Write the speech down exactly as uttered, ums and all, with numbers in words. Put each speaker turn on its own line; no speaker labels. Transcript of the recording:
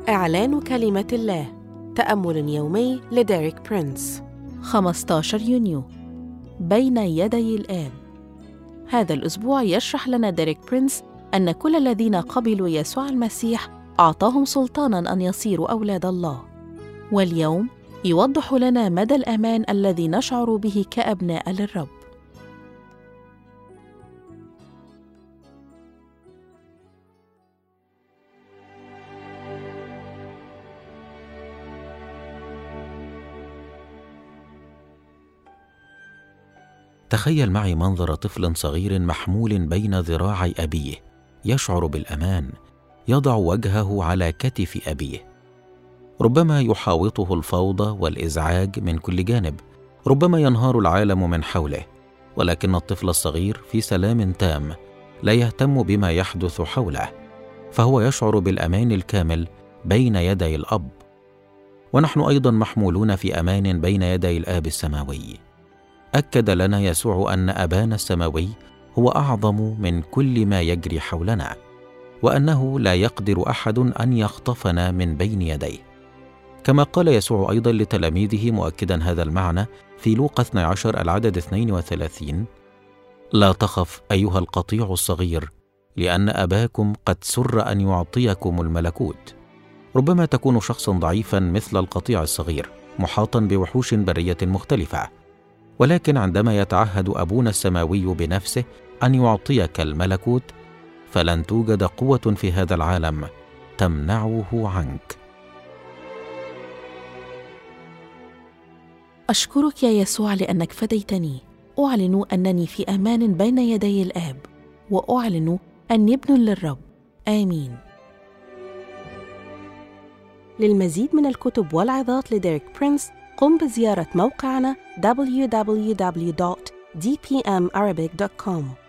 إعلان كلمة الله. تأمل يومي لديريك برينس.
خمسة عشر يونيو، بين يدي الآب. هذا الأسبوع يشرح لنا ديريك برينس أن كل الذين قبلوا يسوع المسيح أعطاهم سلطاناً أن يصيروا أولاد الله. واليوم يوضح لنا مدى الأمان الذي نشعر به كأبناء للرب.
تخيل معي منظر طفل صغير محمول بين ذراعي أبيه، يشعر بالأمان، يضع وجهه على كتف أبيه. ربما يحاوطه الفوضى والإزعاج من كل جانب، ربما ينهار العالم من حوله، ولكن الطفل الصغير في سلام تام، لا يهتم بما يحدث حوله، فهو يشعر بالأمان الكامل بين يدي الأب. ونحن أيضا محمولون في أمان بين يدي الآب السماوي. أكد لنا يسوع أن أبانا السماوي هو أعظم من كل ما يجري حولنا، وأنه لا يقدر أحد أن يخطفنا من بين يديه. كما قال يسوع أيضا لتلاميذه مؤكدا هذا المعنى في لوقا اثني عشر العدد اثنين وثلاثين: لا تخف أيها القطيع الصغير، لأن أباكم قد سر أن يعطيكم الملكوت. ربما تكون شخصا ضعيفا مثل القطيع الصغير، محاطا بوحوش برية مختلفة، ولكن عندما يتعهد أبونا السماوي بنفسه أن يعطيك الملكوت، فلن توجد قوة في هذا العالم تمنعه عنك.
أشكرك يا يسوع لأنك فديتني. أعلن أنني في أمان بين يدي الآب، وأعلن أني ابن للرب. آمين.
للمزيد من الكتب والعظات لديريك برينس قم بزيارة موقعنا دبليو دبليو دبليو دوت دي بي إم أرابيك دوت كوم.